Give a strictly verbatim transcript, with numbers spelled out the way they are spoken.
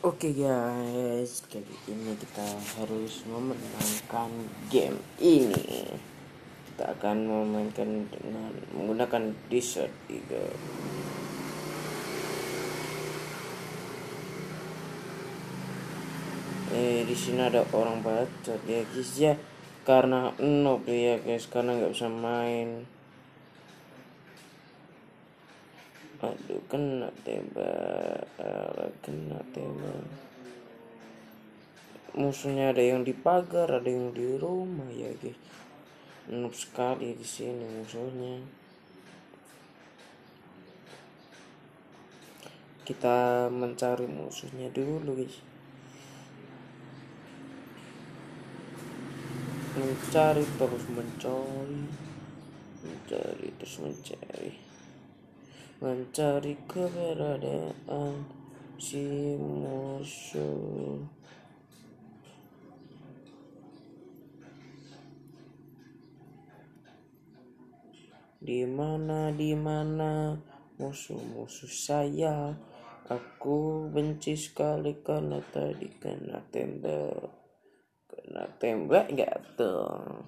Oke guys, kali ini kita harus memenangkan game ini. Kita akan memainkan dengan menggunakan Desert Eagle. Eh di sini ada orang bacot ya guys ya, karena noob ya guys, karena nggak bisa main. Aduh, kena tembak, Alah, kena tembak. Musuhnya ada yang di pagar, ada yang di rumah ya guys. Noob sekali di sini musuhnya. Kita mencari musuhnya dulu guys. Mencari terus mencari, mencari terus mencari, mencari keberadaan si musuh. Di mana di mana musuh-musuh saya? Aku benci sekali karena tadi kena tembak, kena tembak nggak tuh.